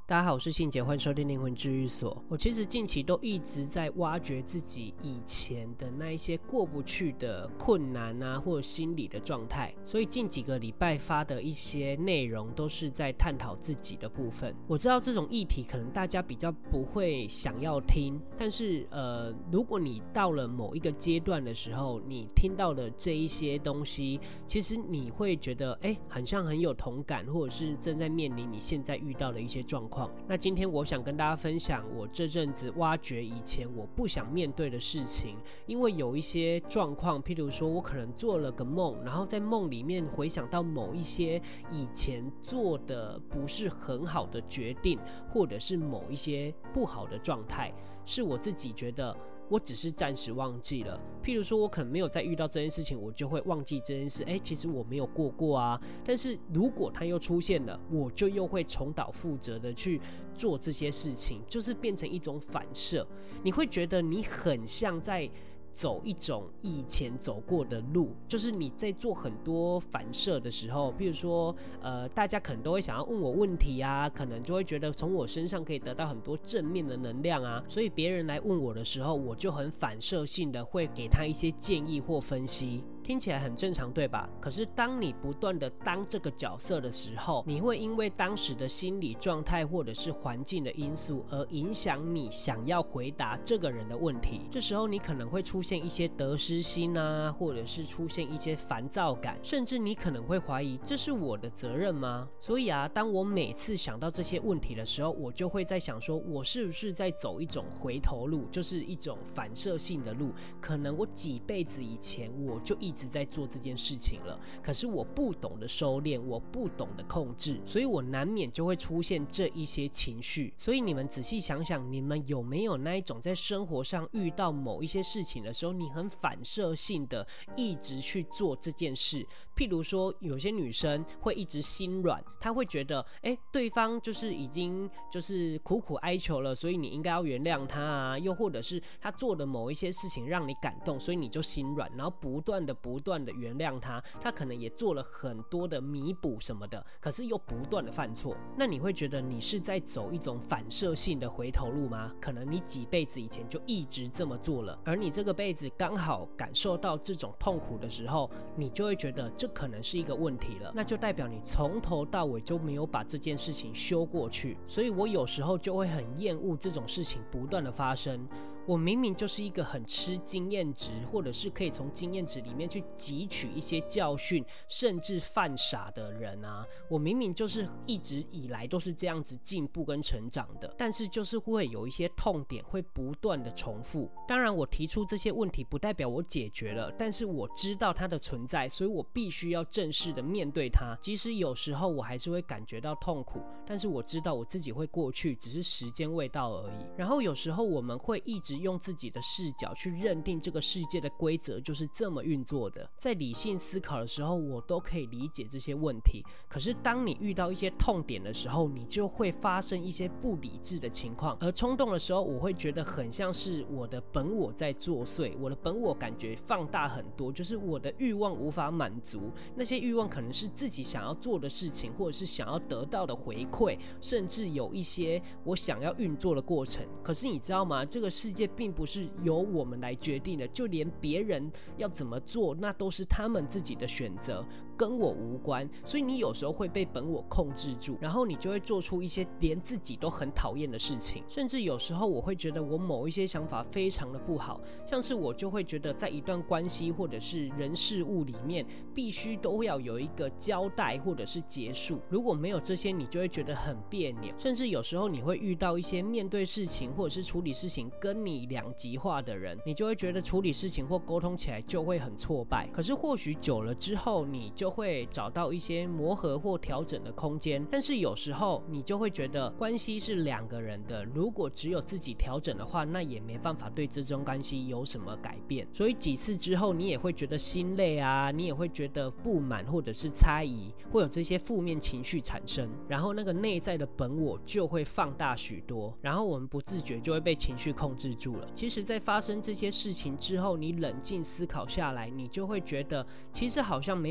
大家好，我是信姐，欢迎收听灵魂治愈所。我其实近期都一直在挖掘自己以前的那一些过不去的困难啊，或者心理的状态，所以近几个礼拜发的一些内容都是在探讨自己的部分。我知道这种议题可能大家比较不会想要听，但是如果你到了某一个阶段的时候，你听到的这一些东西，其实你会觉得很像很有同感，或者是正在面临你现在遇到的一些状况。那今天我想跟大家分享我这阵子挖掘以前我不想面对的事情，因为有一些状况，譬如说我可能做了个梦，然后在梦里面回想到某一些以前做的不是很好的决定，或者是某一些不好的状态，是我自己觉得我只是暂时忘记了。譬如说我可能没有再遇到这件事情，我就会忘记这件事，其实我没有过啊。但是如果它又出现了，我就又会重蹈覆辙的去做这些事情，就是变成一种反射。你会觉得你很像在走一种以前走过的路，就是你在做很多反射的时候，比如说大家可能都会想要问我问题啊，可能就会觉得从我身上可以得到很多正面的能量啊，所以别人来问我的时候，我就很反射性的会给他一些建议或分析。听起来很正常，对吧？可是当你不断的当这个角色的时候，你会因为当时的心理状态或者是环境的因素而影响你想要回答这个人的问题。这时候你可能会出现一些得失心啊，或者是出现一些烦躁感，甚至你可能会怀疑这是我的责任吗？所以啊，当我每次想到这些问题的时候，我就会在想说，我是不是在走一种回头路，就是一种反射性的路。可能我几辈子以前我就一直在做这件事情了，可是我不懂得收敛，我不懂得控制，所以我难免就会出现这一些情绪。所以你们仔细想想，你们有没有那一种在生活上遇到某一些事情的时候，你很反射性的一直去做这件事？譬如说有些女生会一直心软，她会觉得对方就是已经就是苦苦哀求了，所以你应该要原谅她啊。又或者是她做的某一些事情让你感动，所以你就心软，然后不断的原谅他，他可能也做了很多的弥补什么的，可是又不断的犯错。那你会觉得你是在走一种反射性的回头路吗？可能你几辈子以前就一直这么做了，而你这个辈子刚好感受到这种痛苦的时候，你就会觉得这可能是一个问题了，那就代表你从头到尾就没有把这件事情修过去。所以我有时候就会很厌恶这种事情不断的发生。我明明就是一个很吃经验值，或者是可以从经验值里面去汲取一些教训，甚至犯傻的人啊。我明明就是一直以来都是这样子进步跟成长的，但是就是会有一些痛点会不断的重复。当然我提出这些问题不代表我解决了，但是我知道它的存在，所以我必须要正式的面对它。即使有时候我还是会感觉到痛苦，但是我知道我自己会过去，只是时间未到而已。然后有时候我们会一直用自己的视角去认定这个世界的规则就是这么运作的，在理性思考的时候我都可以理解这些问题，可是当你遇到一些痛点的时候，你就会发生一些不理智的情况。而冲动的时候，我会觉得很像是我的本我在作祟，我的本我感觉放大很多，就是我的欲望无法满足，那些欲望可能是自己想要做的事情，或者是想要得到的回馈，甚至有一些我想要运作的过程。可是你知道吗？这个世界并不是由我们来决定的，就连别人要怎么做，那都是他们自己的选择，跟我无关。所以你有时候会被本我控制住，然后你就会做出一些连自己都很讨厌的事情。甚至有时候我会觉得我某一些想法非常的不好，像是我就会觉得在一段关系或者是人事物里面必须都要有一个交代或者是结束，如果没有这些你就会觉得很别扭。甚至有时候你会遇到一些面对事情或者是处理事情跟你两极化的人，你就会觉得处理事情或沟通起来就会很挫败。可是或许久了之后你就会找到一些磨合或调整的空间，但是有时候你就会觉得关系是两个人的，如果只有自己调整的话，那也没办法对这种关系有什么改变。所以几次之后你也会觉得心累啊，你也会觉得不满或者是猜疑，会有这些负面情绪产生，然后那个内在的本我就会放大许多，然后我们不自觉就会被情绪控制住了。其实在发生这些事情之后，你冷静思考下来，你就会觉得其实好像没有那么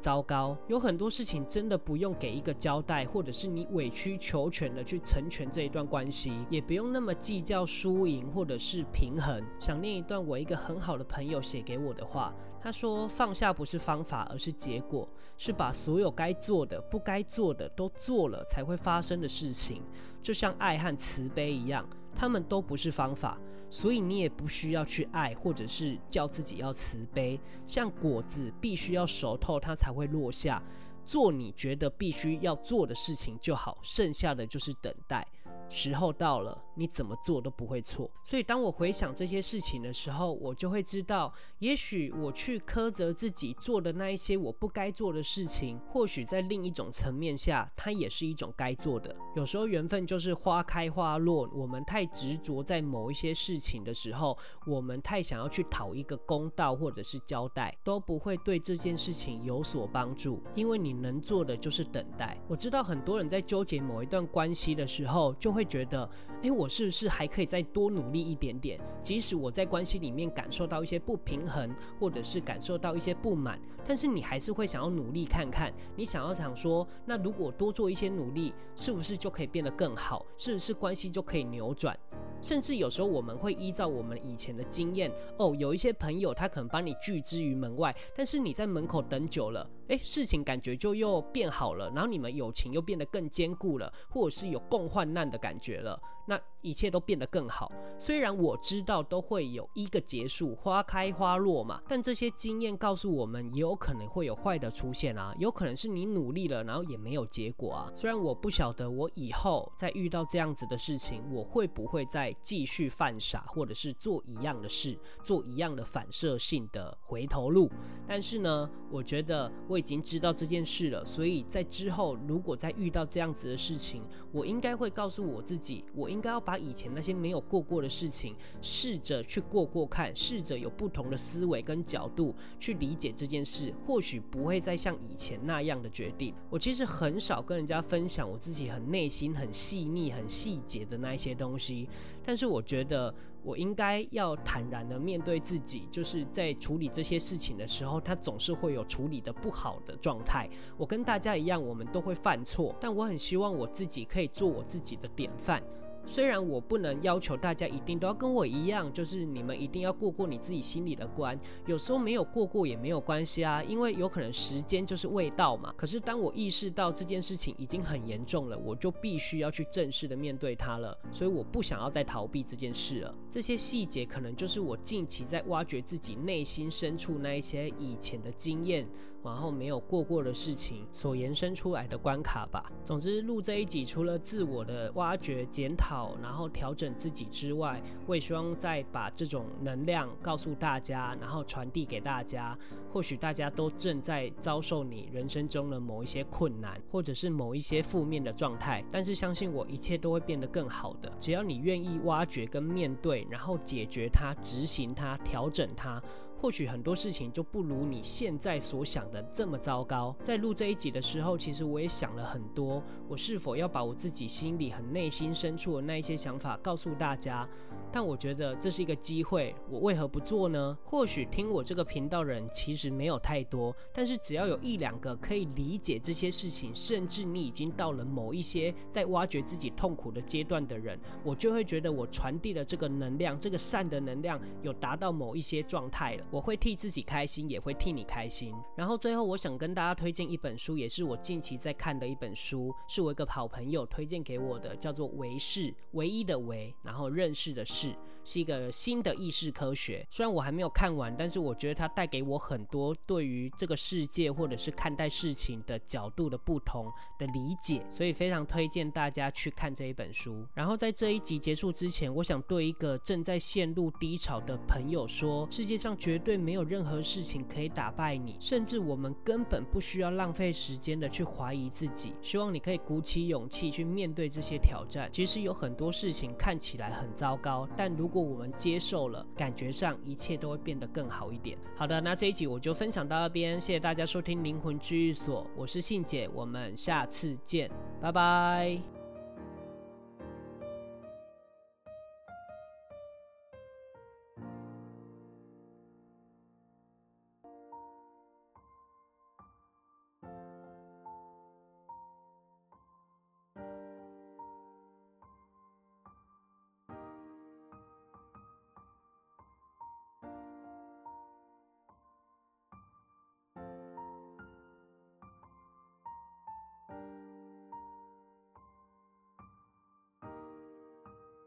糟糕。有很多事情真的不用给一个交代，或者是你委曲求全的去成全这一段关系，也不用那么计较输赢或者是平衡。想念一段我一个很好的朋友写给我的话，他说放下不是方法，而是结果，是把所有该做的不该做的都做了才会发生的事情。就像爱和慈悲一样，他们都不是方法，所以你也不需要去爱，或者是叫自己要慈悲。像果子必须要熟透它才会落下，做你觉得必须要做的事情就好，剩下的就是等待。时候到了，你怎么做都不会错。所以当我回想这些事情的时候，我就会知道，也许我去苛责自己做的那一些我不该做的事情，或许在另一种层面下，它也是一种该做的。有时候缘分就是花开花落，我们太执着在某一些事情的时候，我们太想要去讨一个公道或者是交代，都不会对这件事情有所帮助，因为你能做的就是等待。我知道很多人在纠结某一段关系的时候，就会觉得我是不是还可以再多努力一点点，即使我在关系里面感受到一些不平衡，或者是感受到一些不满，但是你还是会想要努力看看，你想说，那如果多做一些努力，是不是就可以变得更好，是不是关系就可以扭转。甚至有时候我们会依照我们以前的经验，有一些朋友他可能把你拒之于门外，但是你在门口等久了，事情感觉就又变好了，然后你们友情又变得更坚固了，或者是有共患难的感觉了，那一切都变得更好。虽然我知道都会有一个结束，花开花落嘛，但这些经验告诉我们，也有可能会有坏的出现啊，有可能是你努力了，然后也没有结果啊。虽然我不晓得我以后再遇到这样子的事情，我会不会再继续犯傻，或者是做一样的事，做一样的反射性的回头路，但是呢，我觉得我已经知道这件事了，所以在之后如果再遇到这样子的事情，我应该会告诉我自己，我应该要把以前那些没有过过的事情试着去过看，试着有不同的思维跟角度去理解这件事，或许不会再像以前那样的决定。我其实很少跟人家分享我自己很内心很细腻很细节的那一些东西，但是我觉得我应该要坦然的面对自己，就是在处理这些事情的时候，它总是会有处理的不好的状态。我跟大家一样，我们都会犯错，但我很希望我自己可以做我自己的典范。虽然我不能要求大家一定都要跟我一样，就是你们一定要过你自己心里的关，有时候没有过也没有关系啊，因为有可能时间就是未到嘛。可是当我意识到这件事情已经很严重了，我就必须要去正式的面对它了，所以我不想要再逃避这件事了。这些细节可能就是我近期在挖掘自己内心深处那一些以前的经验，然后没有过的事情所延伸出来的关卡吧。总之录这一集除了自我的挖掘检讨，然后调整自己之外，我也希望再把这种能量告诉大家，然后传递给大家。或许大家都正在遭受你人生中的某一些困难，或者是某一些负面的状态，但是相信我，一切都会变得更好的。只要你愿意挖掘跟面对，然后解决它，执行它，调整它，或许很多事情就不如你现在所想的这么糟糕。在录这一集的时候，其实我也想了很多，我是否要把我自己心里很内心深处的那一些想法告诉大家，但我觉得这是一个机会，我为何不做呢？或许听我这个频道人其实没有太多，但是只要有一两个可以理解这些事情，甚至你已经到了某一些在挖掘自己痛苦的阶段的人，我就会觉得我传递的这个能量，这个善的能量有达到某一些状态了。我会替自己开心，也会替你开心。然后最后我想跟大家推荐一本书，也是我近期在看的一本书，是我一个好朋友推荐给我的，叫做唯识，唯一的唯，然后认识的识，是一个新的意识科学。虽然我还没有看完，但是我觉得它带给我很多对于这个世界或者是看待事情的角度的不同的理解，所以非常推荐大家去看这一本书。然后在这一集结束之前，我想对一个正在陷入低潮的朋友说，世界上绝对没有任何事情可以打败你，甚至我们根本不需要浪费时间的去怀疑自己。希望你可以鼓起勇气去面对这些挑战。其实有很多事情看起来很糟糕，但如果我们接受了，感觉上一切都会变得更好一点。好的，那这一集我就分享到这边，谢谢大家收听灵魂治愈所，我是信姐，我们下次见，拜拜。